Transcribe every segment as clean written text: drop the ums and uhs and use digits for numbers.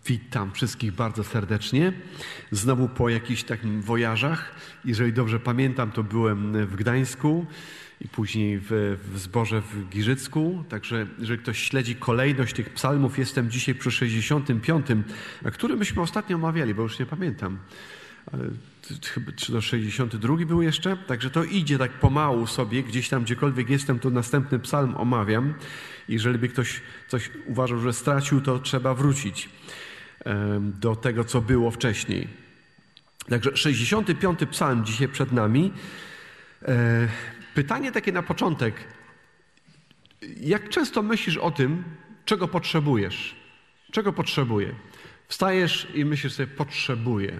Witam wszystkich bardzo serdecznie. Znowu po jakichś takim wojażach. Jeżeli dobrze pamiętam, to byłem w Gdańsku i później w zborze w Giżycku. Także jeżeli ktoś śledzi kolejność tych psalmów, jestem dzisiaj przy 65, który myśmy ostatnio omawiali, bo już nie pamiętam. Ale czy to 62 był jeszcze? Także to idzie tak pomału sobie. Gdzieś tam, gdziekolwiek jestem, to następny psalm omawiam. I jeżeli by ktoś coś uważał, że stracił, to trzeba wrócić do tego, co było wcześniej. Także 65 psalm dzisiaj przed nami. Pytanie takie na początek. Jak często myślisz o tym, czego potrzebujesz? Czego potrzebuję? Wstajesz i myślisz sobie, potrzebuję.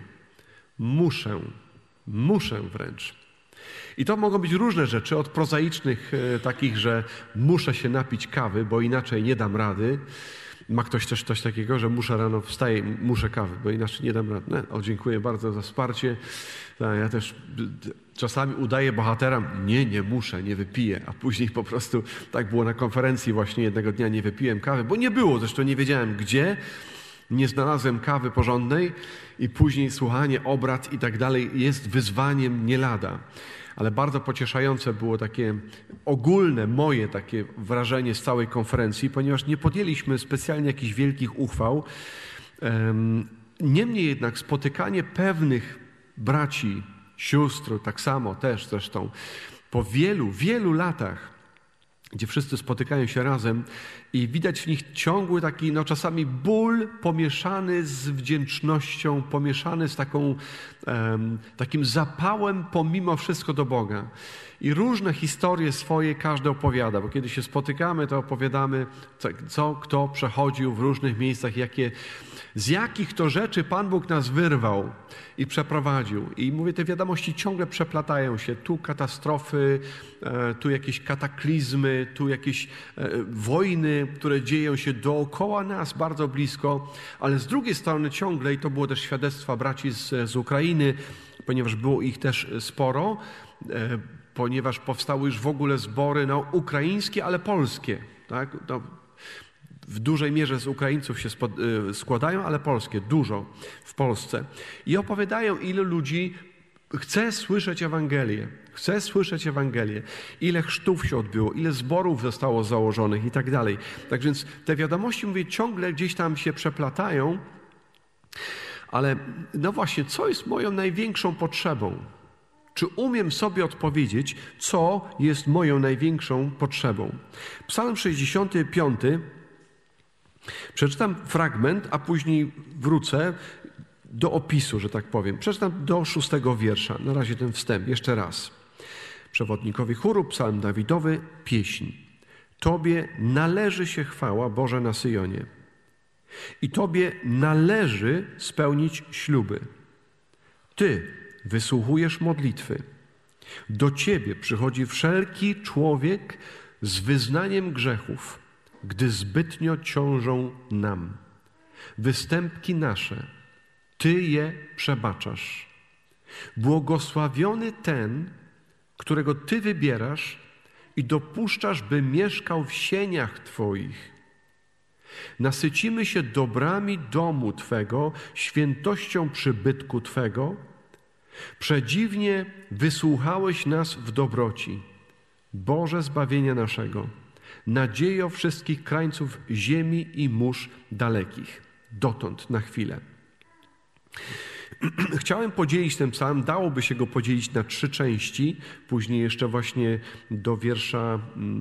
Muszę wręcz. I to mogą być różne rzeczy, od prozaicznych takich, że muszę się napić kawy, bo inaczej nie dam rady. Ma ktoś też coś takiego, że rano wstaję, muszę kawy, bo inaczej nie dam rady. Dziękuję bardzo za wsparcie. Ja też czasami udaję bohatera, nie muszę, nie wypiję, a później po prostu tak było na konferencji właśnie jednego dnia, nie wypiłem kawy, bo nie było, zresztą nie wiedziałem gdzie, nie znalazłem kawy porządnej i później słuchanie obrad i tak dalej jest wyzwaniem nie lada. Ale bardzo pocieszające było takie ogólne moje takie wrażenie z całej konferencji, ponieważ nie podjęliśmy specjalnie jakichś wielkich uchwał. Niemniej jednak spotykanie pewnych braci, sióstr, tak samo też zresztą, po wielu latach, gdzie wszyscy spotykają się razem i widać w nich ciągły taki, czasami ból pomieszany z wdzięcznością, pomieszany z takim zapałem pomimo wszystko do Boga. I różne historie swoje każdy opowiada, bo kiedy się spotykamy, to opowiadamy, co kto przechodził w różnych miejscach, z jakich to rzeczy Pan Bóg nas wyrwał i przeprowadził. I mówię, te wiadomości ciągle przeplatają się. Tu katastrofy, tu jakieś kataklizmy, tu jakieś wojny, które dzieją się dookoła nas, bardzo blisko, ale z drugiej strony ciągle, i to było też świadectwa braci z Ukrainy, ponieważ było ich też sporo, ponieważ powstały już w ogóle zbory ukraińskie, ale polskie, tak? W dużej mierze z Ukraińców się składają, ale polskie, dużo w Polsce. I opowiadają, ile ludzi chce słyszeć Ewangelię, ile chrztów się odbyło, ile zborów zostało założonych i tak dalej. Tak więc te wiadomości, mówię, ciągle gdzieś tam się przeplatają, ale właśnie, co jest moją największą potrzebą? Czy umiem sobie odpowiedzieć, co jest moją największą potrzebą? Psalm 65. Przeczytam fragment, a później wrócę do opisu, że tak powiem. Przeczytam do 6 wiersza. Na razie ten wstęp. Jeszcze raz. Przewodnikowi chóru, psalm Dawidowy, pieśń. Tobie należy się chwała, Boże, na Syjonie. I Tobie należy spełnić śluby. Ty wysłuchujesz modlitwy. Do Ciebie przychodzi wszelki człowiek z wyznaniem grzechów, gdy zbytnio ciążą nam. Występki nasze, Ty je przebaczasz. Błogosławiony ten, którego Ty wybierasz i dopuszczasz, by mieszkał w sieniach Twoich. Nasycimy się dobrami domu Twego, świętością przybytku Twego. Przedziwnie wysłuchałeś nas w dobroci, Boże zbawienia naszego, nadziejo wszystkich krańców ziemi i mórz dalekich. Dotąd, na chwilę. Chciałem podzielić ten psalm, dałoby się go podzielić na 3 części, później jeszcze właśnie do wiersza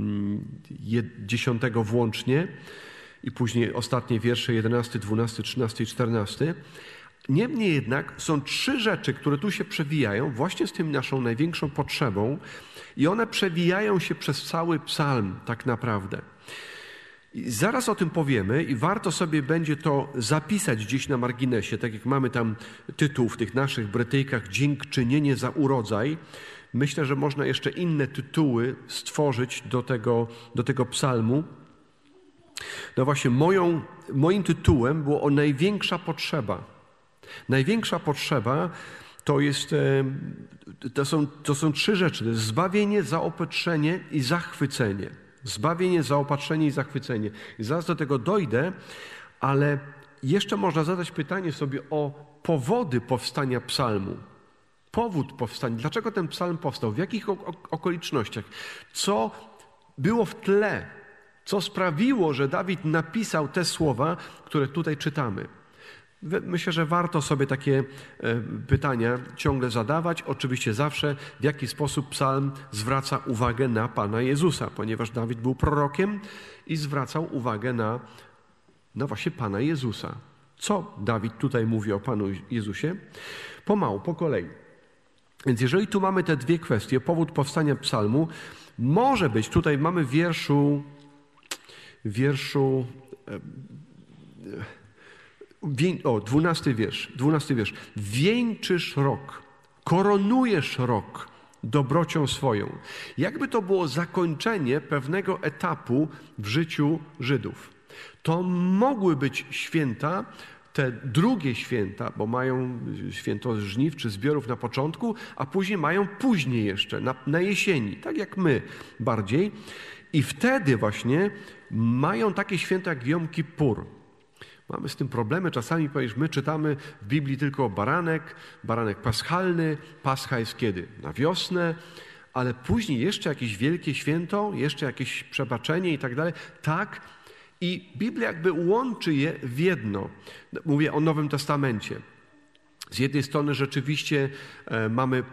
10 włącznie i później ostatnie wiersze 11, 12, 13 i 14. Niemniej jednak są 3 rzeczy, które tu się przewijają właśnie z tym naszą największą potrzebą i one przewijają się przez cały psalm tak naprawdę. I zaraz o tym powiemy i warto sobie będzie to zapisać gdzieś na marginesie, tak jak mamy tam tytuł w tych naszych Brytyjkach Dziękczynienie za urodzaj. Myślę, że można jeszcze inne tytuły stworzyć do tego psalmu. Właśnie moim tytułem było o największa potrzeba. Największa potrzeba to są 3 rzeczy. To jest zbawienie, zaopatrzenie i zachwycenie. Zbawienie, zaopatrzenie i zachwycenie. I zaraz do tego dojdę, ale jeszcze można zadać pytanie sobie o powody powstania psalmu. Powód powstania. Dlaczego ten psalm powstał? W jakich okolicznościach? Co było w tle? Co sprawiło, że Dawid napisał te słowa, które tutaj czytamy? Myślę, że warto sobie takie pytania ciągle zadawać. Oczywiście zawsze, w jaki sposób psalm zwraca uwagę na Pana Jezusa, ponieważ Dawid był prorokiem i zwracał uwagę na właśnie Pana Jezusa. Co Dawid tutaj mówi o Panu Jezusie? Pomału, po kolei. Więc jeżeli tu mamy te dwie kwestie, powód powstania psalmu, może być, tutaj mamy w wierszu 12 wiersz. Wieńczysz rok, koronujesz rok dobrocią swoją. Jakby to było zakończenie pewnego etapu w życiu Żydów. To mogły być święta, te drugie święta, bo mają święto żniw czy zbiorów na początku, a później mają później jeszcze, na jesieni, tak jak my bardziej. I wtedy właśnie mają takie święta jak Jom Kippur. Mamy z tym problemy. Czasami my czytamy w Biblii tylko baranek paschalny. Pascha jest kiedy? Na wiosnę, ale później jeszcze jakieś wielkie święto, jeszcze jakieś przebaczenie i tak dalej. Tak. I Biblia jakby łączy je w jedno. Mówię o Nowym Testamencie. Z jednej strony rzeczywiście mamy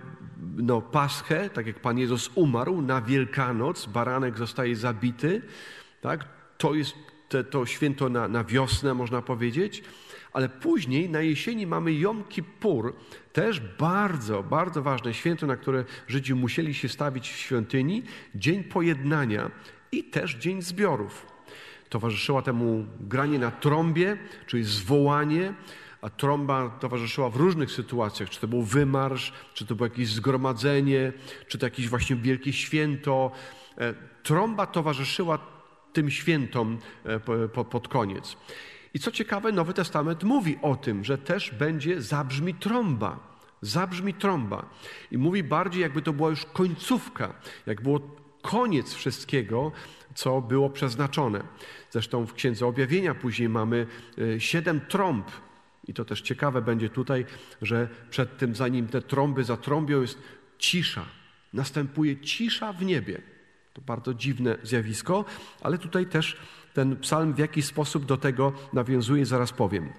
Paschę, tak jak Pan Jezus umarł, na Wielkanoc baranek zostaje zabity. Tak? To jest to święto na wiosnę, można powiedzieć. Ale później na jesieni mamy Jom Kippur, też bardzo, bardzo ważne święto, na które Żydzi musieli się stawić w świątyni. Dzień pojednania i też dzień zbiorów. Towarzyszyła temu granie na trąbie, czyli zwołanie, a trąba towarzyszyła w różnych sytuacjach, czy to był wymarsz, czy to było jakieś zgromadzenie, czy to jakieś właśnie wielkie święto. Trąba towarzyszyła tym świętom pod koniec. I co ciekawe, Nowy Testament mówi o tym, że też zabrzmi trąba. Zabrzmi trąba. I mówi bardziej, jakby to była już końcówka, jak było koniec wszystkiego, co było przeznaczone. Zresztą w Księdze Objawienia później mamy 7 trąb. I to też ciekawe będzie tutaj, że przed tym, zanim te trąby zatrąbią, jest cisza. Następuje cisza w niebie. To bardzo dziwne zjawisko, ale tutaj też ten psalm w jakiś sposób do tego nawiązuje, zaraz powiem.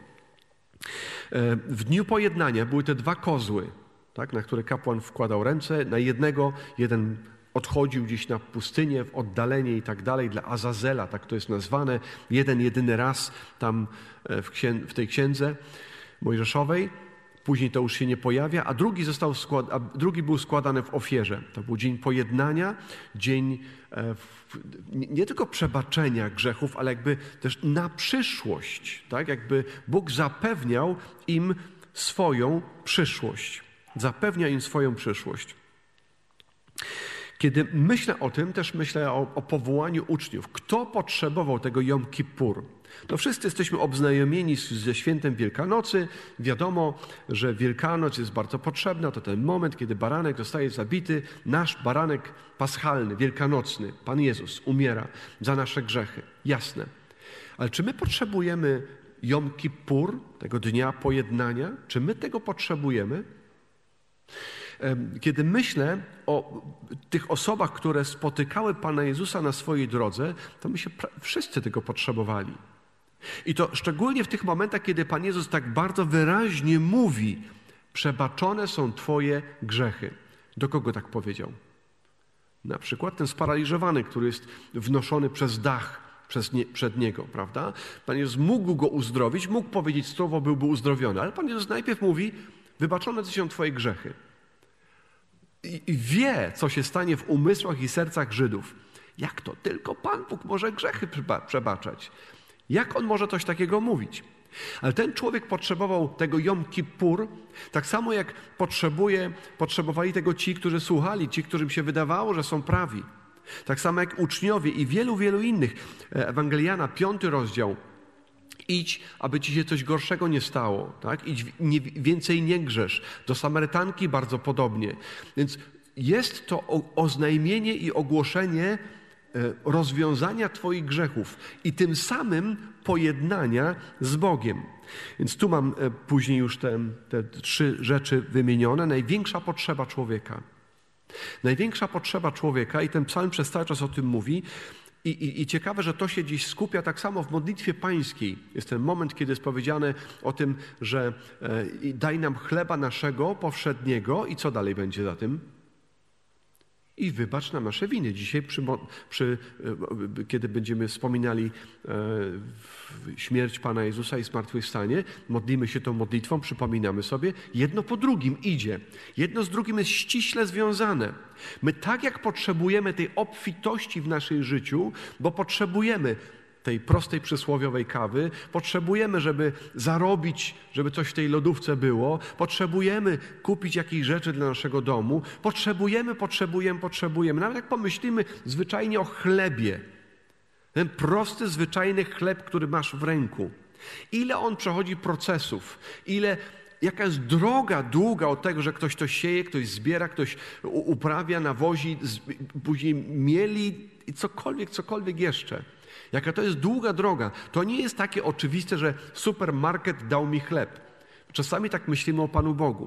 W dniu pojednania były te 2 kozły, tak, na które kapłan wkładał ręce. Na jeden odchodził gdzieś na pustynię, w oddalenie i tak dalej, dla Azazela, tak to jest nazwane, jedyny raz tam w tej księdze mojżeszowej. Później to już się nie pojawia, a drugi był składany w ofierze. To był dzień pojednania, dzień nie tylko przebaczenia grzechów, ale jakby też na przyszłość. Tak? Jakby Bóg zapewniał im swoją przyszłość. Zapewnia im swoją przyszłość. Kiedy myślę o tym, też myślę o powołaniu uczniów. Kto potrzebował tego Jom Kippur? No wszyscy jesteśmy obznajomieni ze świętem Wielkanocy. Wiadomo, że Wielkanoc jest bardzo potrzebna. To ten moment, kiedy baranek zostaje zabity. Nasz baranek paschalny, wielkanocny. Pan Jezus umiera za nasze grzechy. Jasne. Ale czy my potrzebujemy Jom Kippur, tego dnia pojednania? Czy my tego potrzebujemy? Kiedy myślę o tych osobach, które spotykały Pana Jezusa na swojej drodze, to myślę, wszyscy tego potrzebowali. I to szczególnie w tych momentach, kiedy Pan Jezus tak bardzo wyraźnie mówi: przebaczone są Twoje grzechy. Do kogo tak powiedział? Na przykład ten sparaliżowany, który jest wnoszony przez dach przed niego, prawda? Pan Jezus mógł go uzdrowić, mógł powiedzieć słowo, byłby uzdrowiony, ale Pan Jezus najpierw mówi: wybaczone są Twoje grzechy. I wie, co się stanie w umysłach i sercach Żydów. Jak to tylko Pan Bóg może grzechy przebaczać? Jak On może coś takiego mówić? Ale ten człowiek potrzebował tego Jom Kippur, tak samo jak potrzebowali tego ci, którzy słuchali, ci, którym się wydawało, że są prawi. Tak samo jak uczniowie i wielu, wielu innych. Ewangeliana, 5 rozdział. Idź, aby ci się coś gorszego nie stało. Tak? Idź, więcej nie grzesz. Do Samarytanki bardzo podobnie. Więc jest to oznajmienie i ogłoszenie rozwiązania twoich grzechów i tym samym pojednania z Bogiem. Więc tu mam później już te 3 rzeczy wymienione. Największa potrzeba człowieka. Największa potrzeba człowieka i ten psalm przez cały czas o tym mówi. I ciekawe, że to się dziś skupia tak samo w modlitwie pańskiej. Jest ten moment, kiedy jest powiedziane o tym, że daj nam chleba naszego powszedniego i co dalej będzie za tym? I wybacz nam nasze winy. Dzisiaj, kiedy będziemy wspominali śmierć Pana Jezusa i zmartwychwstanie, modlimy się tą modlitwą, przypominamy sobie, jedno po drugim idzie. Jedno z drugim jest ściśle związane. My tak jak potrzebujemy tej obfitości w naszym życiu, bo potrzebujemy tej prostej przysłowiowej kawy, potrzebujemy, żeby zarobić, żeby coś w tej lodówce było, potrzebujemy kupić jakieś rzeczy dla naszego domu, potrzebujemy. Nawet jak pomyślimy zwyczajnie o chlebie, ten prosty, zwyczajny chleb, który masz w ręku, ile on przechodzi procesów, jaka jest droga długa od tego, że ktoś to sieje, ktoś zbiera, ktoś uprawia, nawozi, później mieli i cokolwiek jeszcze. Jaka to jest długa droga. To nie jest takie oczywiste, że supermarket dał mi chleb. Czasami tak myślimy o Panu Bogu.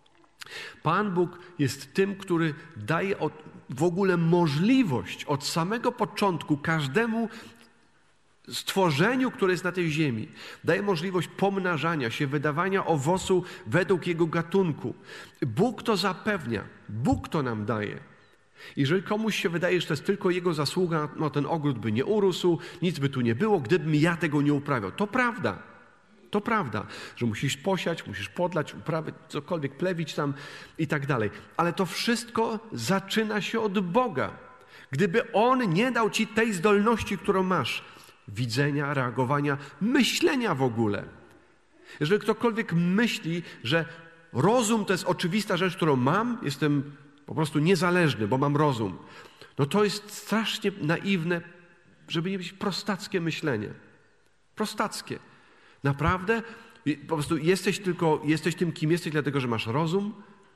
Pan Bóg jest tym, który daje w ogóle możliwość od samego początku każdemu stworzeniu, które jest na tej ziemi. Daje możliwość pomnażania się, wydawania owocu według jego gatunku. Bóg to zapewnia. Bóg to nam daje. Jeżeli komuś się wydaje, że to jest tylko jego zasługa, no ten ogród by nie urósł, nic by tu nie było, gdybym ja tego nie uprawiał. To prawda. To prawda, że musisz posiać, musisz podlać, uprawiać, cokolwiek plewić tam i tak dalej. Ale to wszystko zaczyna się od Boga. Gdyby On nie dał ci tej zdolności, którą masz, widzenia, reagowania, myślenia w ogóle. Jeżeli ktokolwiek myśli, że rozum to jest oczywista rzecz, którą mam, jestem po prostu niezależny, bo mam rozum, no to jest strasznie naiwne, żeby nie być prostackie myślenie. Prostackie. Naprawdę? Po prostu jesteś tym, kim jesteś, dlatego, że masz rozum?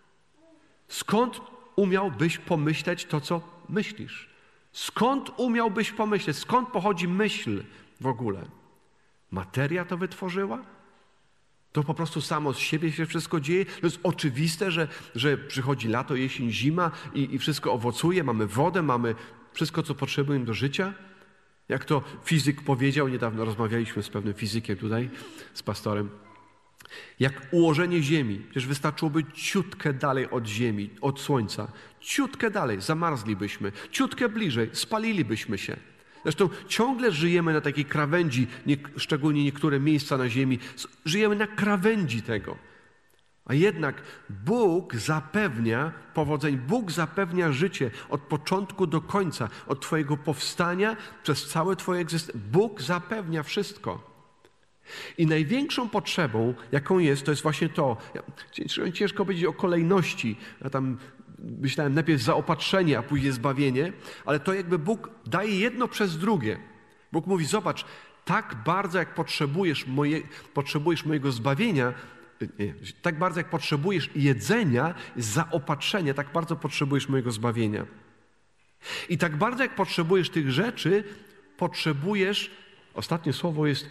Skąd umiałbyś pomyśleć to, co myślisz? Skąd umiałbyś pomyśleć? Skąd pochodzi myśl w ogóle? Materia to wytworzyła? To po prostu samo z siebie się wszystko dzieje? To jest oczywiste, że przychodzi lato, jesień, zima i wszystko owocuje, mamy wodę, mamy wszystko, co potrzebujemy do życia? Jak to fizyk powiedział, niedawno rozmawialiśmy z pewnym fizykiem tutaj, z pastorem, jak ułożenie Ziemi. Przecież wystarczyłoby ciutkę dalej od Ziemi, od Słońca. Ciutkę dalej, zamarzlibyśmy. Ciutkę bliżej, spalilibyśmy się. Zresztą ciągle żyjemy na takiej krawędzi, szczególnie niektóre miejsca na Ziemi, żyjemy na krawędzi tego. A jednak Bóg zapewnia powodzenie, Bóg zapewnia życie od początku do końca, od twojego powstania przez całe twoje egzystencje. Bóg zapewnia wszystko. I największą potrzebą, jaką jest, to jest właśnie to. Ciężko powiedzieć o kolejności. Ja tam myślałem najpierw zaopatrzenie, a później zbawienie, ale to jakby Bóg daje jedno przez drugie. Bóg mówi, zobacz, tak bardzo jak potrzebujesz mojego zbawienia, tak bardzo jak potrzebujesz jedzenia, zaopatrzenia, tak bardzo potrzebujesz mojego zbawienia. I tak bardzo jak potrzebujesz tych rzeczy, potrzebujesz, ostatnie słowo jest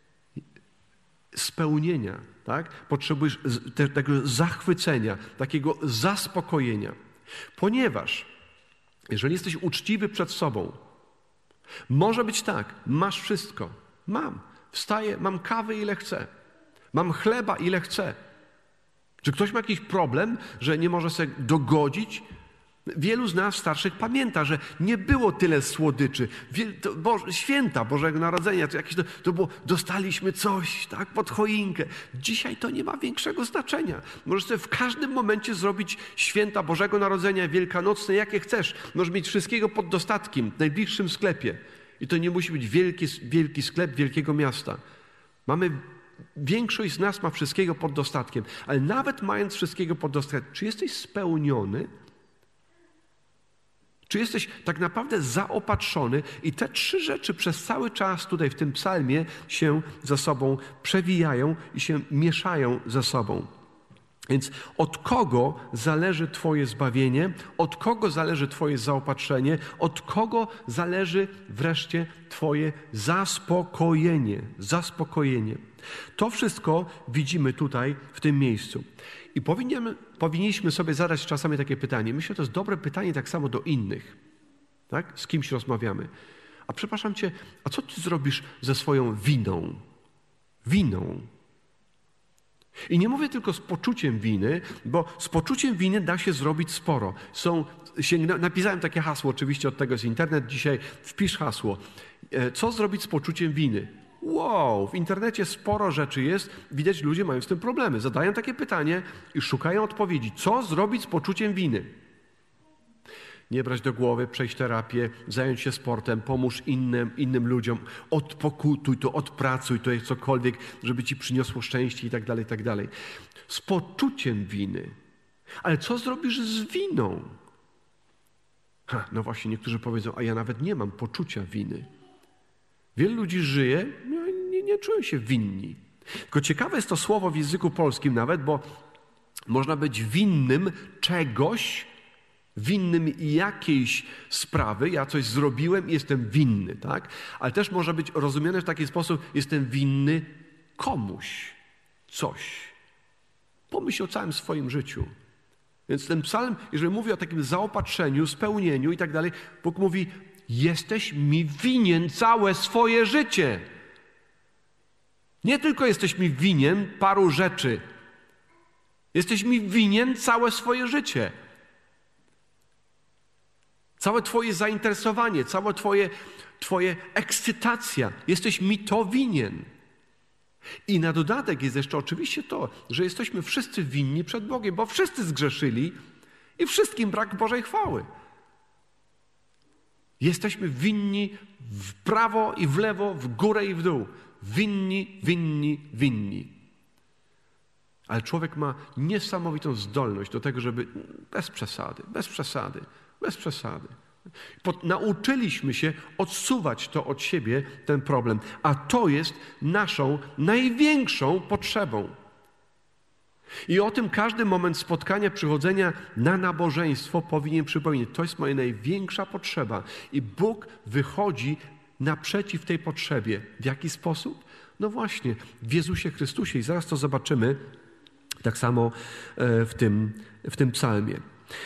spełnienia, tak? Potrzebujesz tego zachwycenia, takiego zaspokojenia. Ponieważ jeżeli jesteś uczciwy przed sobą, może być tak, masz wszystko. Wstaję, mam kawy ile chcę. Mam chleba ile chcę. Czy ktoś ma jakiś problem, że nie może sobie dogodzić? Wielu z nas starszych pamięta, że nie było tyle słodyczy. Święta Bożego Narodzenia, to było, dostaliśmy coś, tak, pod choinkę. Dzisiaj to nie ma większego znaczenia. Możesz sobie w każdym momencie zrobić święta Bożego Narodzenia, wielkanocne, jakie chcesz. Możesz mieć wszystkiego pod dostatkiem, w najbliższym sklepie. I to nie musi być wielki sklep wielkiego miasta. Większość z nas ma wszystkiego pod dostatkiem, ale nawet mając wszystkiego pod dostatkiem, czy jesteś spełniony? Czy jesteś tak naprawdę zaopatrzony? I te 3 rzeczy przez cały czas tutaj w tym psalmie się ze sobą przewijają i się mieszają ze sobą. Więc od kogo zależy Twoje zbawienie? Od kogo zależy Twoje zaopatrzenie? Od kogo zależy wreszcie Twoje zaspokojenie? Zaspokojenie. To wszystko widzimy tutaj, w tym miejscu. I powinniśmy sobie zadać czasami takie pytanie. Myślę, że to jest dobre pytanie tak samo do innych. Tak? Z kimś rozmawiamy. A przepraszam Cię, a co Ty zrobisz ze swoją winą? Winą. I nie mówię tylko z poczuciem winy, bo z poczuciem winy da się zrobić sporo. Napisałem takie hasło, oczywiście od tego jest internet dzisiaj, wpisz hasło. Co zrobić z poczuciem winy? Wow, w internecie sporo rzeczy jest, widać ludzie mają z tym problemy. Zadają takie pytanie i szukają odpowiedzi. Co zrobić z poczuciem winy? Nie brać do głowy, przejść terapię, zająć się sportem, pomóż innym ludziom, odpokutuj to, odpracuj to, cokolwiek, żeby Ci przyniosło szczęście i tak dalej, i tak dalej. Z poczuciem winy. Ale co zrobisz z winą? No właśnie, niektórzy powiedzą, a ja nawet nie mam poczucia winy. Wielu ludzi żyje, nie czują się winni. Tylko ciekawe jest to słowo w języku polskim nawet, bo można być winnym czegoś, winnym jakiejś sprawy, ja coś zrobiłem i jestem winny, tak? Ale też może być rozumiane w taki sposób, jestem winny komuś coś. Pomyśl o całym swoim życiu. Więc ten psalm, jeżeli mówi o takim zaopatrzeniu, spełnieniu i tak dalej, Bóg mówi, jesteś mi winien całe swoje życie. Nie tylko jesteś mi winien paru rzeczy. Jesteś mi winien całe swoje życie. Całe Twoje zainteresowanie, cała Twoja ekscytacja. Jesteś mi to winien. I na dodatek jest jeszcze oczywiście to, że jesteśmy wszyscy winni przed Bogiem, bo wszyscy zgrzeszyli i wszystkim brak Bożej chwały. Jesteśmy winni w prawo i w lewo, w górę i w dół. Winni, winni, winni. Ale człowiek ma niesamowitą zdolność do tego, żeby bez przesady. Nauczyliśmy się odsuwać to od siebie, ten problem. A to jest naszą największą potrzebą. I o tym każdy moment spotkania, przychodzenia na nabożeństwo powinien przypomnieć. To jest moja największa potrzeba. I Bóg wychodzi naprzeciw tej potrzebie. W jaki sposób? No właśnie, w Jezusie Chrystusie. I zaraz to zobaczymy tak samo w tym psalmie.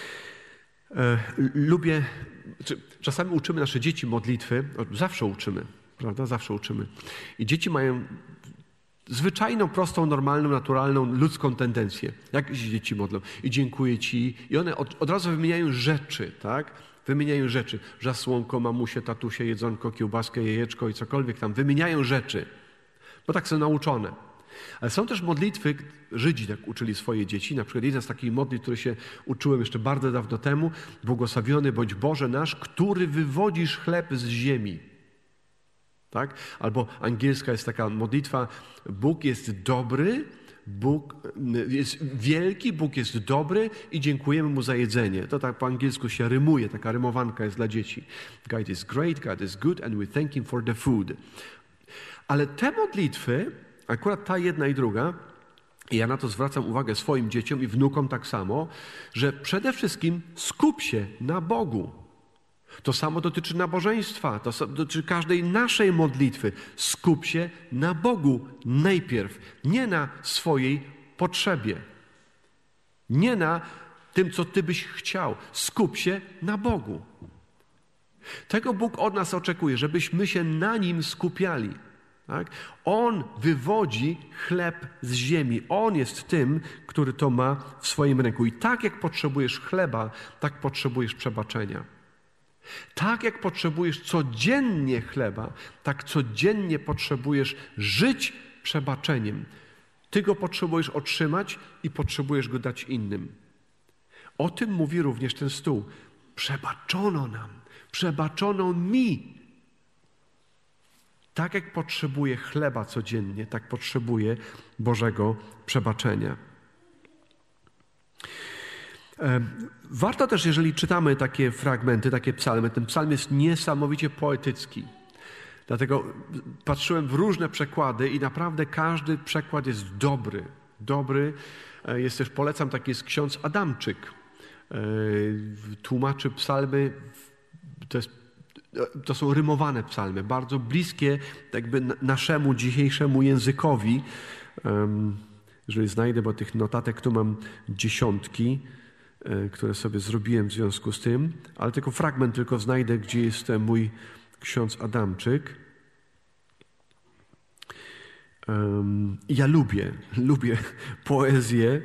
Czasami uczymy nasze dzieci modlitwy. Zawsze uczymy, prawda? Zawsze uczymy. I dzieci mają zwyczajną, prostą, normalną, naturalną, ludzką tendencję. Jak się dzieci modlą? I dziękuję Ci. I one od razu wymieniają rzeczy, tak? Wymieniają rzeczy. Żasłonko, mamusie, tatusie, jedzonko, kiełbaskę, jajeczko i cokolwiek tam. Wymieniają rzeczy. Bo tak są nauczone. Ale są też modlitwy, Żydzi tak uczyli swoje dzieci. Na przykład jedna z takich modlitw, które się uczyłem jeszcze bardzo dawno temu. Błogosławiony bądź Boże nasz, który wywodzisz chleb z ziemi. Tak? Albo angielska jest taka modlitwa, Bóg jest dobry, Bóg jest wielki, Bóg jest dobry i dziękujemy Mu za jedzenie. To tak po angielsku się rymuje, taka rymowanka jest dla dzieci. God is great, God is good and we thank Him for the food. Ale te modlitwy, akurat ta jedna i druga, i ja na to zwracam uwagę swoim dzieciom i wnukom tak samo, że przede wszystkim skup się na Bogu. To samo dotyczy nabożeństwa, to dotyczy każdej naszej modlitwy. Skup się na Bogu najpierw, nie na swojej potrzebie. Nie na tym, co Ty byś chciał. Skup się na Bogu. Tego Bóg od nas oczekuje, żebyśmy się na Nim skupiali. Tak? On wywodzi chleb z ziemi. On jest tym, który to ma w swoim ręku. I tak jak potrzebujesz chleba, tak potrzebujesz przebaczenia. Tak jak potrzebujesz codziennie chleba, tak codziennie potrzebujesz żyć przebaczeniem. Ty go potrzebujesz otrzymać i potrzebujesz go dać innym. O tym mówi również ten stół. Przebaczono nam, przebaczono mi. Tak jak potrzebuję chleba codziennie, tak potrzebuję Bożego przebaczenia. Warto też, jeżeli czytamy takie fragmenty, takie psalmy, ten psalm jest niesamowicie poetycki. Dlatego patrzyłem w różne przekłady i naprawdę każdy przekład jest dobry. dobry. Jest też, polecam, taki jest ksiądz Adamczyk. Tłumaczy psalmy, to są rymowane psalmy, bardzo bliskie jakby naszemu dzisiejszemu językowi. Jeżeli znajdę, bo tych notatek tu mam dziesiątki, które sobie zrobiłem w związku z tym, ale tylko fragment tylko znajdę, gdzie jest mój ksiądz Adamczyk. Ja lubię poezję.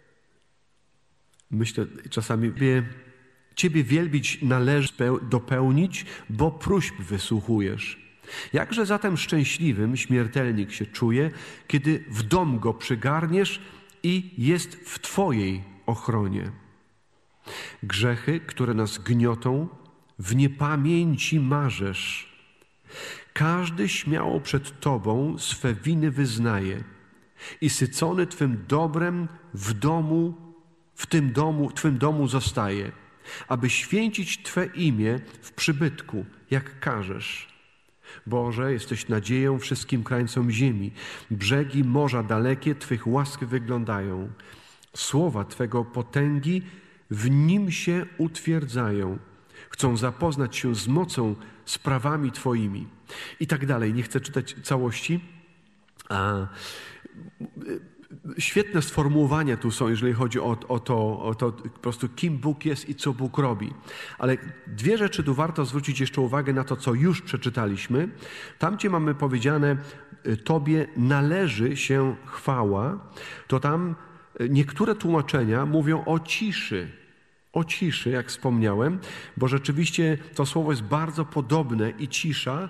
Myślę czasami, Ciebie wielbić należy dopełnić, bo próśb wysłuchujesz. Jakże zatem szczęśliwym śmiertelnik się czuje, kiedy w dom go przygarniesz i jest w Twojej ochronie. Grzechy, które nas gniotą, w niepamięci marzesz. Każdy śmiało przed Tobą swe winy wyznaje i sycony Twym dobrem w Twym domu zostaje, aby święcić Twe imię w przybytku, jak każesz. Boże, jesteś nadzieją wszystkim krańcom ziemi. Brzegi morza dalekie Twych łask wyglądają. Słowa Twego potęgi w nim się utwierdzają. Chcą zapoznać się z mocą, sprawami Twoimi. I tak dalej. Nie chcę czytać całości. Świetne sformułowania tu są, jeżeli chodzi o to po prostu kim Bóg jest i co Bóg robi. Ale dwie rzeczy tu warto zwrócić jeszcze uwagę na to, co już przeczytaliśmy. Tam, gdzie mamy powiedziane Tobie należy się chwała, to tam niektóre tłumaczenia mówią o ciszy. O ciszy, jak wspomniałem, bo rzeczywiście to słowo jest bardzo podobne i cisza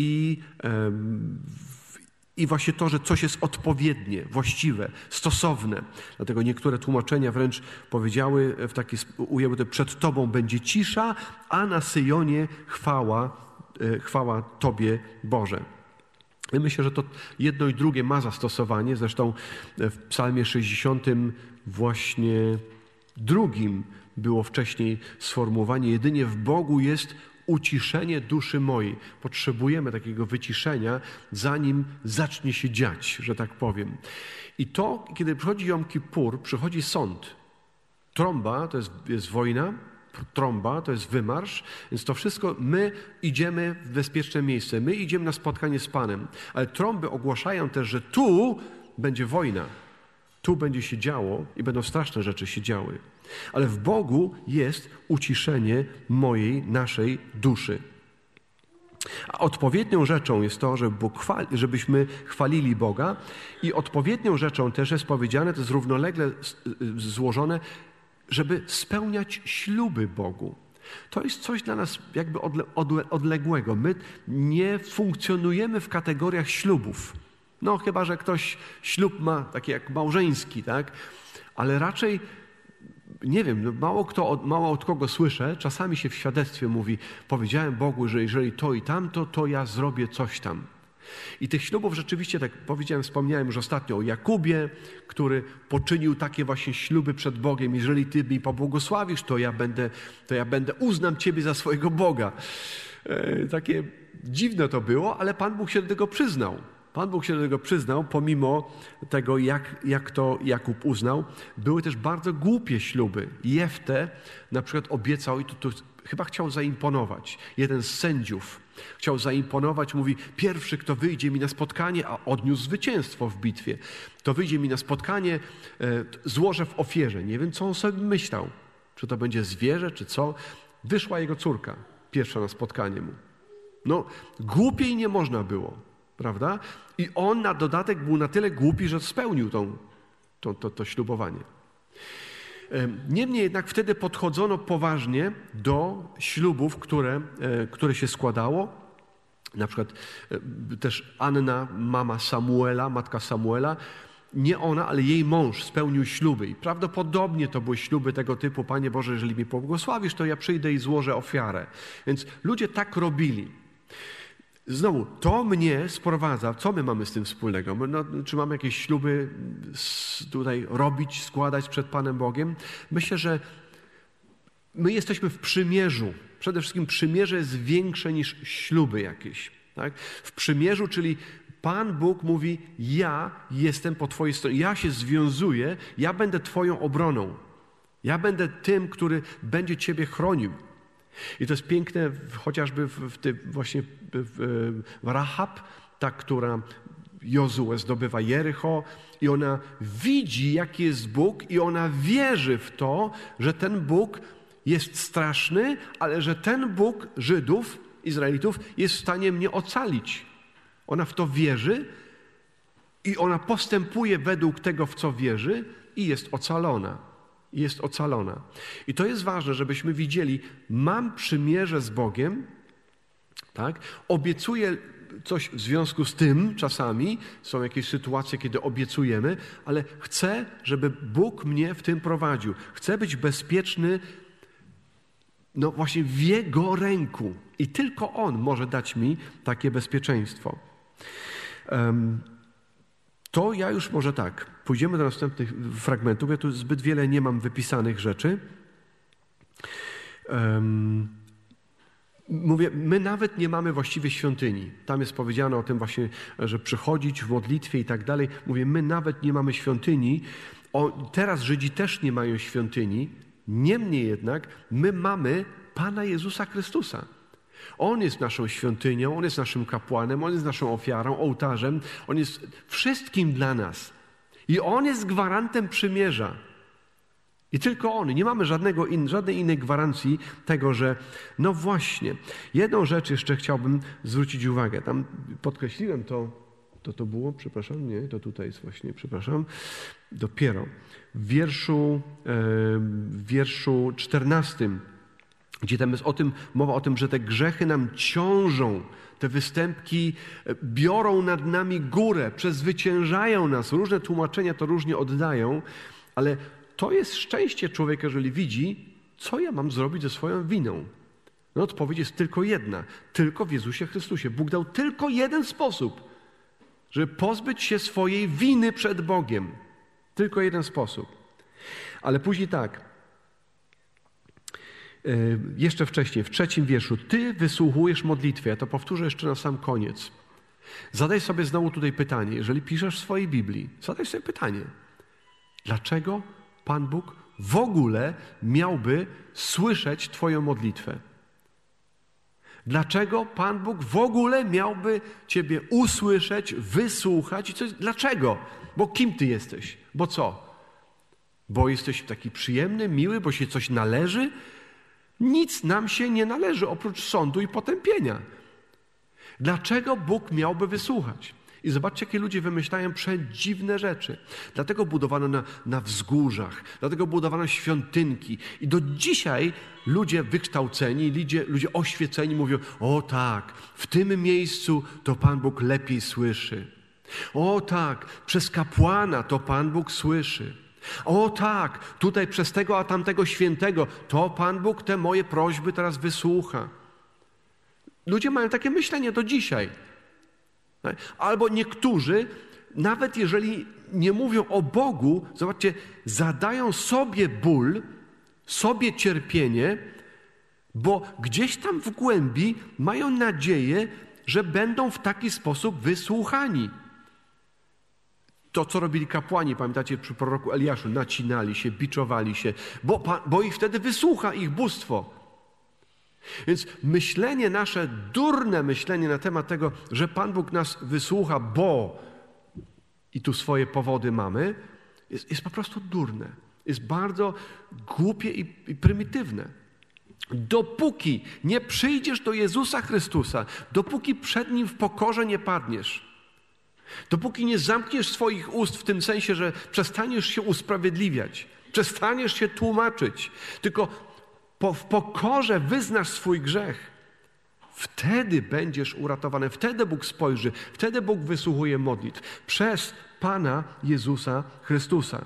i właśnie to, że coś jest odpowiednie, właściwe, stosowne. Dlatego niektóre tłumaczenia wręcz powiedziały, ujęły to, przed Tobą będzie cisza, a na Syjonie chwała Tobie, Boże. I myślę, że to jedno i drugie ma zastosowanie. Zresztą w Psalmie 60 właśnie drugim było wcześniej sformułowanie: jedynie w Bogu jest uciszenie duszy mojej. Potrzebujemy takiego wyciszenia, zanim zacznie się dziać, że tak powiem. I to, kiedy przychodzi Jom Kippur, przychodzi sąd. Trąba to jest wojna, trąba to jest wymarsz, więc to wszystko my idziemy w bezpieczne miejsce, my idziemy na spotkanie z Panem. Ale trąby ogłaszają też, że tu będzie wojna. Tu będzie się działo i będą straszne rzeczy się działy. Ale w Bogu jest uciszenie naszej duszy. A odpowiednią rzeczą jest to, żebyśmy chwalili Boga, i odpowiednią rzeczą też jest powiedziane, to jest równolegle złożone, żeby spełniać śluby Bogu. To jest coś dla nas jakby odległego. My nie funkcjonujemy w kategoriach ślubów. No chyba że ktoś ślub ma taki jak małżeński, tak? Ale raczej, nie wiem, mało od kogo słyszę, czasami się w świadectwie mówi: powiedziałem Bogu, że jeżeli to i tamto, to ja zrobię coś tam. I tych ślubów rzeczywiście, tak powiedziałem, wspomniałem już ostatnio o Jakubie, który poczynił takie właśnie śluby przed Bogiem: jeżeli Ty mi pobłogosławisz, uznam Ciebie za swojego Boga. Takie dziwne to było, ale Pan Bóg się do tego przyznał. Pan Bóg się do tego przyznał, pomimo tego, jak to Jakub uznał. Były też bardzo głupie śluby. Jeftę na przykład obiecał, i to chyba chciał zaimponować. Jeden z sędziów chciał zaimponować, mówi: pierwszy, kto wyjdzie mi na spotkanie, a odniósł zwycięstwo w bitwie, to wyjdzie mi na spotkanie, złożę w ofierze. Nie wiem, co on sobie myślał. Czy to będzie zwierzę, czy co. Wyszła jego córka, pierwsza na spotkanie mu. No, głupiej nie można było, prawda? I on na dodatek był na tyle głupi, że spełnił to ślubowanie. Niemniej jednak wtedy podchodzono poważnie do ślubów, które się składało. Na przykład też Anna, matka Samuela, nie ona, ale jej mąż spełnił śluby. I prawdopodobnie to były śluby tego typu: Panie Boże, jeżeli mnie pobłogosławisz, to ja przyjdę i złożę ofiarę. Więc ludzie tak robili. Znowu, to mnie sprowadza, co my mamy z tym wspólnego? Czy mamy jakieś śluby tutaj robić, składać przed Panem Bogiem? Myślę, że my jesteśmy w przymierzu. Przede wszystkim przymierze jest większe niż śluby jakieś. Tak? W przymierzu, czyli Pan Bóg mówi, ja jestem po twojej stronie, ja się związuję, ja będę twoją obroną. Ja będę tym, który będzie ciebie chronił. I to jest piękne chociażby w Rahab, ta, która Jozue zdobywa Jericho i ona widzi, jaki jest Bóg i ona wierzy w to, że ten Bóg jest straszny, ale że ten Bóg Żydów, Izraelitów jest w stanie mnie ocalić. Ona w to wierzy i ona postępuje według tego, w co wierzy i jest ocalona. Jest ocalona. I to jest ważne, żebyśmy widzieli, mam przymierze z Bogiem, tak? Obiecuję coś w związku z tym czasami, są jakieś sytuacje, kiedy obiecujemy, ale chcę, żeby Bóg mnie w tym prowadził. Chcę być bezpieczny, no właśnie w Jego ręku. I tylko On może dać mi takie bezpieczeństwo. To ja już może tak, pójdziemy do następnych fragmentów. Ja tu zbyt wiele nie mam wypisanych rzeczy. Mówię, my nawet nie mamy właściwie świątyni. Tam jest powiedziane o tym właśnie, że przychodzić w modlitwie i tak dalej. Mówię, my nawet nie mamy świątyni. Teraz Żydzi też nie mają świątyni. Niemniej jednak my mamy Pana Jezusa Chrystusa. On jest naszą świątynią, On jest naszym kapłanem, On jest naszą ofiarą, ołtarzem. On jest wszystkim dla nas. I On jest gwarantem przymierza. I tylko On. Nie mamy żadnej innej gwarancji tego, że no właśnie. Jedną rzecz jeszcze chciałbym zwrócić uwagę. Tam podkreśliłem to było, przepraszam, nie, to tutaj jest właśnie, przepraszam, dopiero w wierszu 14, gdzie tam jest mowa o tym, że te grzechy nam ciążą, te występki biorą nad nami górę, przezwyciężają nas. Różne tłumaczenia to różnie oddają, ale to jest szczęście człowieka, jeżeli widzi, co ja mam zrobić ze swoją winą. No odpowiedź jest tylko jedna, tylko w Jezusie Chrystusie. Bóg dał tylko jeden sposób, żeby pozbyć się swojej winy przed Bogiem. Tylko jeden sposób. Ale później tak, jeszcze wcześniej, w 3 wierszu, Ty wysłuchujesz modlitwy. Ja to powtórzę jeszcze na sam koniec. Zadaj sobie znowu tutaj pytanie, jeżeli piszesz w swojej Biblii, zadaj sobie pytanie, dlaczego Pan Bóg w ogóle miałby słyszeć Twoją modlitwę? Dlaczego Pan Bóg w ogóle miałby Ciebie usłyszeć, wysłuchać? Dlaczego? Bo kim Ty jesteś? Bo co? Bo jesteś taki przyjemny, miły, bo się coś należy? Nic nam się nie należy oprócz sądu i potępienia. Dlaczego Bóg miałby wysłuchać? I zobaczcie, jakie ludzie wymyślają przedziwne rzeczy. Dlatego budowano na wzgórzach, dlatego budowano świątynki. I do dzisiaj ludzie wykształceni, ludzie oświeceni mówią, o tak, w tym miejscu to Pan Bóg lepiej słyszy. O tak, przez kapłana to Pan Bóg słyszy. O tak, tutaj przez tego a tamtego świętego to Pan Bóg te moje prośby teraz wysłucha. Ludzie mają takie myślenie do dzisiaj. Albo niektórzy, nawet jeżeli nie mówią o Bogu, zobaczcie, zadają sobie ból, sobie cierpienie, bo gdzieś tam w głębi mają nadzieję, że będą w taki sposób wysłuchani. To, co robili kapłani, pamiętacie, przy proroku Eliaszu, nacinali się, biczowali się, bo ich wtedy wysłucha ich bóstwo. Więc myślenie nasze, durne myślenie na temat tego, że Pan Bóg nas wysłucha, bo i tu swoje powody mamy, jest po prostu durne. Jest bardzo głupie i prymitywne. Dopóki nie przyjdziesz do Jezusa Chrystusa, dopóki przed Nim w pokorze nie padniesz, dopóki nie zamkniesz swoich ust w tym sensie, że przestaniesz się usprawiedliwiać, przestaniesz się tłumaczyć, tylko w pokorze wyznasz swój grzech, wtedy będziesz uratowany, wtedy Bóg spojrzy, wtedy Bóg wysłuchuje modlitw przez Pana Jezusa Chrystusa.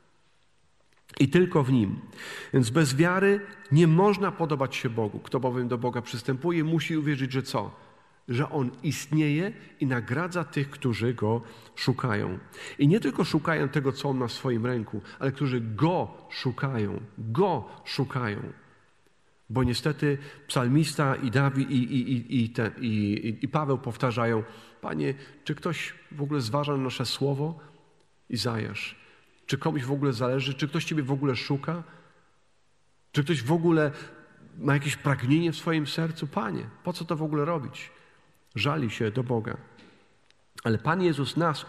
I tylko w Nim. Więc bez wiary nie można podobać się Bogu. Kto bowiem do Boga przystępuje, musi uwierzyć, że co? Że On istnieje i nagradza tych, którzy Go szukają. I nie tylko szukają tego, co On ma w swoim ręku, ale którzy Go szukają. Go szukają. Bo niestety psalmista i Dawid i Paweł powtarzają: Panie, czy ktoś w ogóle zważa na nasze słowo? Izajasz. Czy komuś w ogóle zależy? Czy ktoś Ciebie w ogóle szuka? Czy ktoś w ogóle ma jakieś pragnienie w swoim sercu? Panie, po co to w ogóle robić? Żali się do Boga. Ale Pan Jezus nas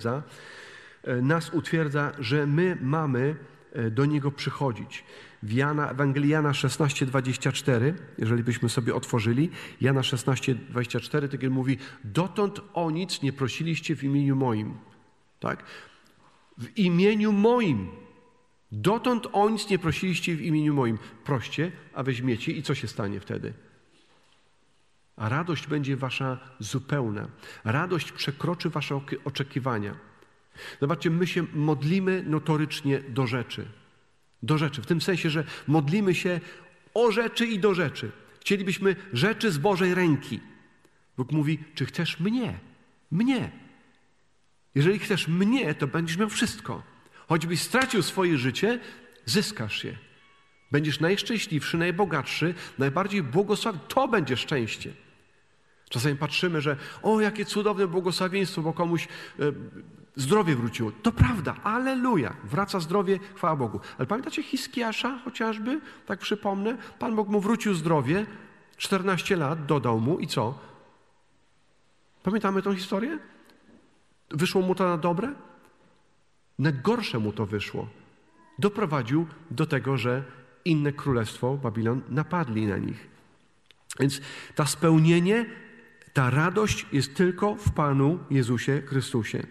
utwierdza, że my mamy do Niego przychodzić. W Ewangelii Jana 16:24, jeżeli byśmy sobie otworzyli, Jana 16:24, tak jak mówi: dotąd o nic nie prosiliście w imieniu moim. Tak? W imieniu moim. Dotąd o nic nie prosiliście w imieniu moim. Proście, a weźmiecie i co się stanie wtedy? A radość będzie wasza zupełna. Radość przekroczy wasze oczekiwania. Zobaczcie, my się modlimy notorycznie do rzeczy. Do rzeczy. W tym sensie, że modlimy się o rzeczy i do rzeczy. Chcielibyśmy rzeczy z Bożej ręki. Bóg mówi: czy chcesz mnie? Mnie. Jeżeli chcesz mnie, to będziesz miał wszystko. Choćbyś stracił swoje życie, zyskasz je. Będziesz najszczęśliwszy, najbogatszy, najbardziej błogosławiony. To będzie szczęście. Czasami patrzymy, że jakie cudowne błogosławieństwo, bo komuś zdrowie wróciło. To prawda, alleluja. Wraca zdrowie, chwała Bogu. Ale pamiętacie Hiskiasza chociażby? Tak przypomnę. Pan Bóg mu wrócił zdrowie, 14 lat, dodał mu i co? Pamiętamy tą historię? Wyszło mu to na dobre? Na gorsze mu to wyszło. Doprowadził do tego, że inne królestwo, Babilon, napadli na nich. Więc to spełnienie, ta radość jest tylko w Panu Jezusie Chrystusie.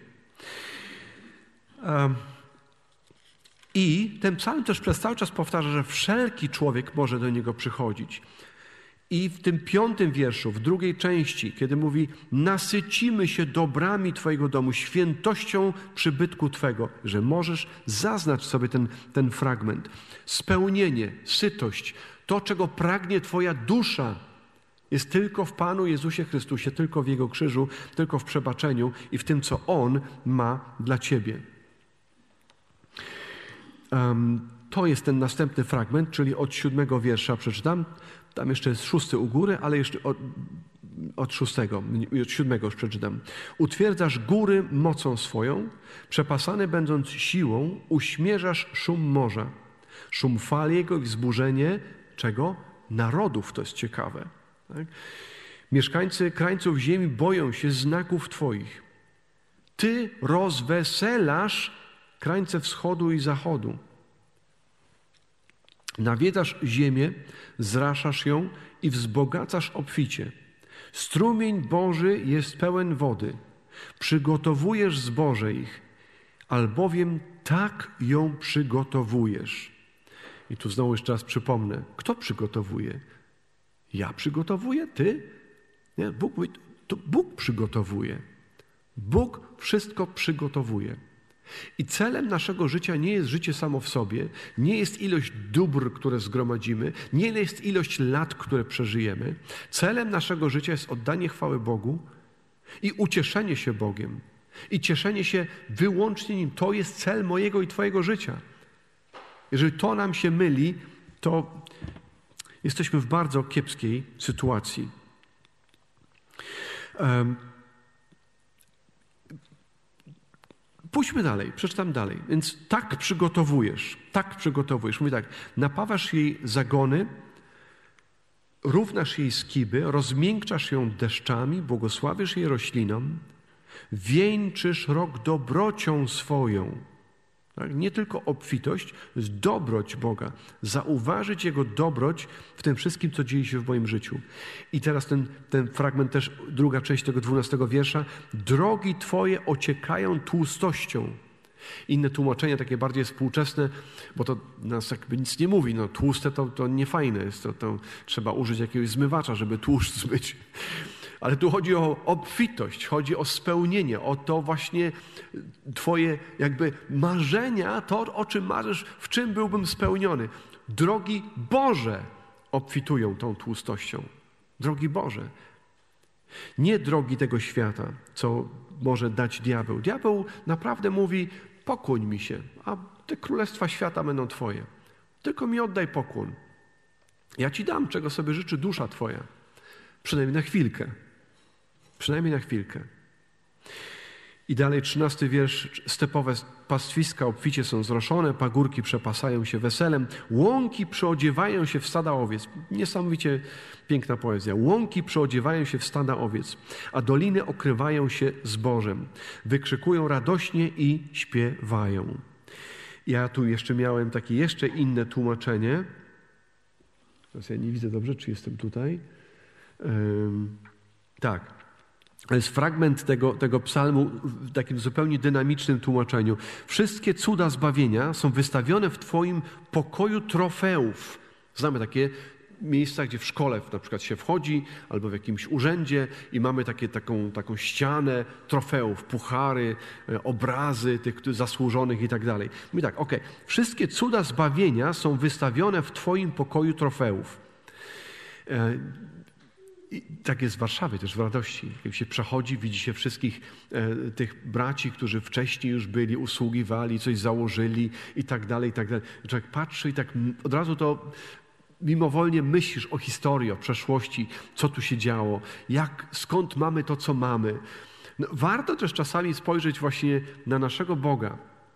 I ten psalm też przez cały czas powtarza, że wszelki człowiek może do niego przychodzić. I w tym 5 wierszu, w drugiej części, kiedy mówi: nasycimy się dobrami Twojego domu, świętością przybytku Twego, że możesz zaznać sobie ten fragment. Spełnienie, sytość, to, czego pragnie Twoja dusza, jest tylko w Panu Jezusie Chrystusie, tylko w Jego krzyżu, tylko w przebaczeniu i w tym, co On ma dla Ciebie. To jest ten następny fragment, czyli od 7 wiersza przeczytam. Tam jeszcze jest 6 u góry, ale jeszcze od 7 już przeczytam. Utwierdzasz góry mocą swoją, przepasane będąc siłą, uśmierzasz szum morza. Szum fal jego i wzburzenie czego? Narodów, to jest ciekawe. Tak? Mieszkańcy krańców ziemi boją się znaków Twoich. Ty rozweselasz krańce wschodu i zachodu. Nawiedzasz ziemię, zraszasz ją i wzbogacasz obficie. Strumień Boży jest pełen wody. Przygotowujesz zboże ich, albowiem tak ją przygotowujesz. I tu znowu jeszcze raz przypomnę. Kto przygotowuje? Ja przygotowuję? Ty? Nie, Bóg przygotowuje. Bóg wszystko przygotowuje. I celem naszego życia nie jest życie samo w sobie, nie jest ilość dóbr, które zgromadzimy, nie jest ilość lat, które przeżyjemy. Celem naszego życia jest oddanie chwały Bogu i ucieszenie się Bogiem. I cieszenie się wyłącznie Nim. To jest cel mojego i Twojego życia. Jeżeli to nam się myli, to jesteśmy w bardzo kiepskiej sytuacji. Pójdźmy dalej, przeczytam dalej. Więc tak przygotowujesz. Mówi tak: napawasz jej zagony, równasz jej skiby, rozmiękczasz ją deszczami, błogosławisz jej roślinom, wieńczysz rok dobrocią swoją. Tak? Nie tylko obfitość, jest dobroć Boga. Zauważyć Jego dobroć w tym wszystkim, co dzieje się w moim życiu. I teraz ten fragment też, druga część tego 12 wiersza. Drogi Twoje ociekają tłustością. Inne tłumaczenia, takie bardziej współczesne, bo to nas jakby nic nie mówi. No, tłuste to niefajne jest. To trzeba użyć jakiegoś zmywacza, żeby tłuszcz zmyć. Ale tu chodzi o obfitość, chodzi o spełnienie, o to właśnie Twoje jakby marzenia, to o czym marzysz, w czym byłbym spełniony. Drogi Boże obfitują tą tłustością. Drogi Boże. Nie drogi tego świata, co może dać diabeł. Diabeł naprawdę mówi: pokłoń mi się, a te królestwa świata będą Twoje. Tylko mi oddaj pokłon. Ja Ci dam, czego sobie życzy dusza Twoja. Przynajmniej na chwilkę. Przynajmniej na chwilkę. I dalej 13 wiersz. Stepowe pastwiska obficie są zroszone, pagórki przepasają się weselem, łąki przyodziewają się w stada owiec. Niesamowicie piękna poezja. Łąki przyodziewają się w stada owiec, a doliny okrywają się zbożem. Wykrzykują radośnie i śpiewają. Ja tu jeszcze miałem takie jeszcze inne tłumaczenie. Teraz ja nie widzę dobrze, czy jestem tutaj. Tak. To jest fragment tego psalmu w takim zupełnie dynamicznym tłumaczeniu. Wszystkie cuda zbawienia są wystawione w Twoim pokoju trofeów. Znamy takie miejsca, gdzie w szkole na przykład się wchodzi albo w jakimś urzędzie i mamy taką ścianę trofeów, puchary, obrazy tych zasłużonych i tak dalej. Mówi tak, wszystkie cuda zbawienia są wystawione w Twoim pokoju trofeów. I tak jest w Warszawie, też w Radości. Jak się przechodzi, widzi się wszystkich tych braci, którzy wcześniej już byli, usługiwali, coś założyli i tak dalej, i tak dalej. Człowiek patrzy i tak od razu to mimowolnie myślisz o historii, o przeszłości, co tu się działo, skąd mamy to, co mamy. No, warto też czasami spojrzeć właśnie na naszego Boga,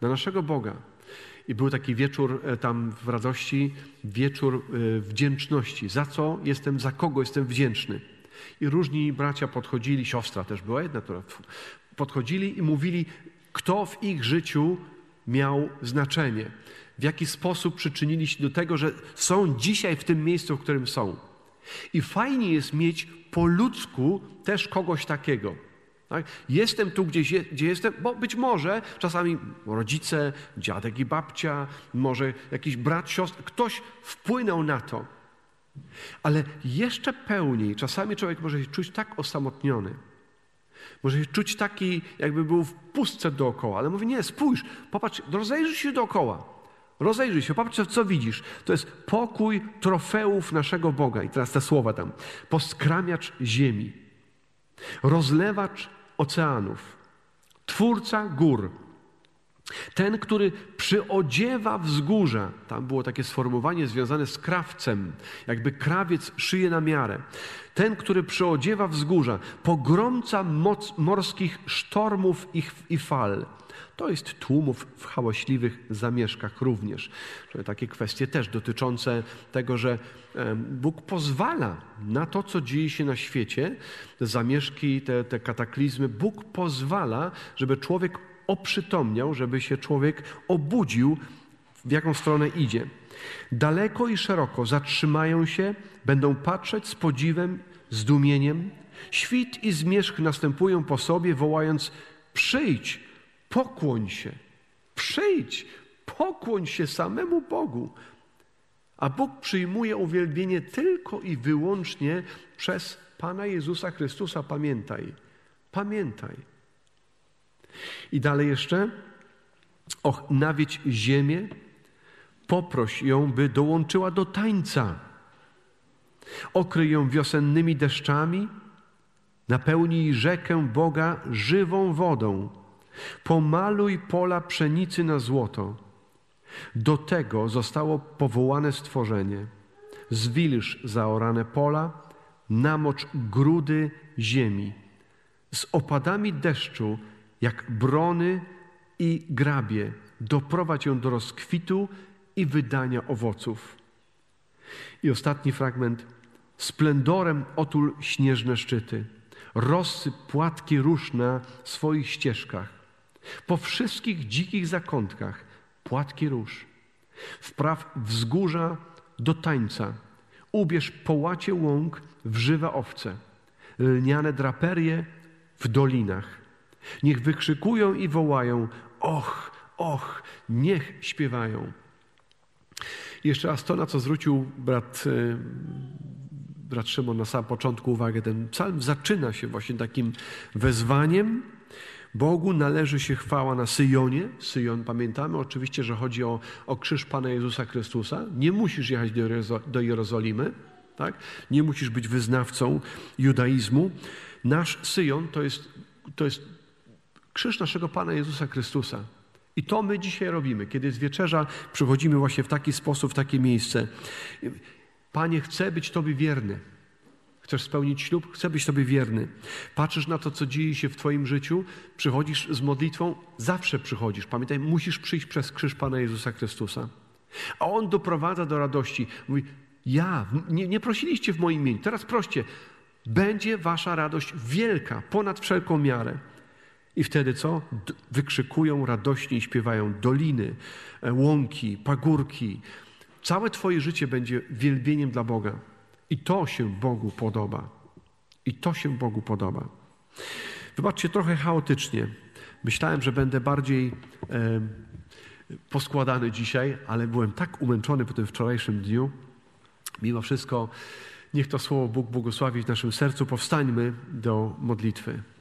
I był taki wieczór tam w Radości, wieczór wdzięczności. Za kogo jestem wdzięczny? I różni bracia podchodzili, siostra też była jedna, która podchodzili i mówili, kto w ich życiu miał znaczenie. W jaki sposób przyczynili się do tego, że są dzisiaj w tym miejscu, w którym są. I fajnie jest mieć po ludzku też kogoś takiego. Tak? Jestem tu, gdzie jestem, bo być może czasami rodzice, dziadek i babcia, może jakiś brat, siostra, ktoś wpłynął na to. Ale jeszcze pełniej czasami człowiek może się czuć tak osamotniony. Może się czuć taki, jakby był w pustce dookoła. Ale mówi, nie, spójrz, popatrz, rozejrzyj się dookoła. Rozejrzyj się, popatrz, co widzisz. To jest pokój trofeów naszego Boga. I teraz te słowa tam. Poskramiacz ziemi, rozlewacz oceanów, twórca gór, ten, który przyodziewa wzgórza. Tam było takie sformułowanie związane z krawcem, jakby krawiec szyje na miarę. Ten, który przyodziewa wzgórza, pogromca morskich sztormów i fal. To jest tłumów w hałaśliwych zamieszkach również. Czyli takie kwestie też dotyczące tego, że Bóg pozwala na to, co dzieje się na świecie, te zamieszki, te kataklizmy. Bóg pozwala, żeby człowiek oprzytomniał, żeby się człowiek obudził, w jaką stronę idzie. Daleko i szeroko zatrzymają się, będą patrzeć z podziwem, zdumieniem. Świt i zmierzch następują po sobie, wołając: przyjdź, pokłoń się, przyjdź, pokłoń się samemu Bogu. A Bóg przyjmuje uwielbienie tylko i wyłącznie przez Pana Jezusa Chrystusa. Pamiętaj, pamiętaj. I dalej jeszcze: nawiedź ziemię, poproś ją, by dołączyła do tańca. Okryj ją wiosennymi deszczami, napełnij rzekę Boga żywą wodą. Pomaluj pola pszenicy na złoto. Do tego zostało powołane stworzenie. Zwilż zaorane pola, namocz grudy ziemi. Z opadami deszczu, jak brony i grabie, doprowadź ją do rozkwitu i wydania owoców. I ostatni fragment. Splendorem otul śnieżne szczyty. Rozsyp płatki róż na swoich ścieżkach. Po wszystkich dzikich zakątkach płatki róż. Wpraw wzgórza do tańca. Ubierz połacie łąk w żywe owce. Lniane draperie w dolinach. Niech wykrzykują i wołają: och, och, niech śpiewają. Jeszcze raz to, na co zwrócił brat Szymon na samym początku uwagę. Ten psalm zaczyna się właśnie takim wezwaniem. Bogu należy się chwała na Syjonie. Syjon, pamiętamy oczywiście, że chodzi o krzyż Pana Jezusa Chrystusa. Nie musisz jechać do Jerozolimy, tak? Nie musisz być wyznawcą judaizmu. Nasz Syjon to jest krzyż naszego Pana Jezusa Chrystusa. I to my dzisiaj robimy. Kiedy jest wieczerza, przychodzimy właśnie w taki sposób, w takie miejsce. Panie, chcę być Tobie wierny. Chcesz spełnić ślub? Chcę być Tobie wierny. Patrzysz na to, co dzieje się w Twoim życiu, przychodzisz z modlitwą, zawsze przychodzisz. Pamiętaj, musisz przyjść przez krzyż Pana Jezusa Chrystusa. A On doprowadza do radości. Mówi, nie prosiliście w moim imieniu, teraz proście. Będzie wasza radość wielka, ponad wszelką miarę. I wtedy co? Wykrzykują radośnie i śpiewają doliny, łąki, pagórki. Całe Twoje życie będzie wielbieniem dla Boga. I to się Bogu podoba. I to się Bogu podoba. Wybaczcie, trochę chaotycznie. Myślałem, że będę bardziej poskładany dzisiaj, ale byłem tak umęczony po tym wczorajszym dniu. Mimo wszystko, niech to słowo Bóg błogosławi w naszym sercu. Powstańmy do modlitwy.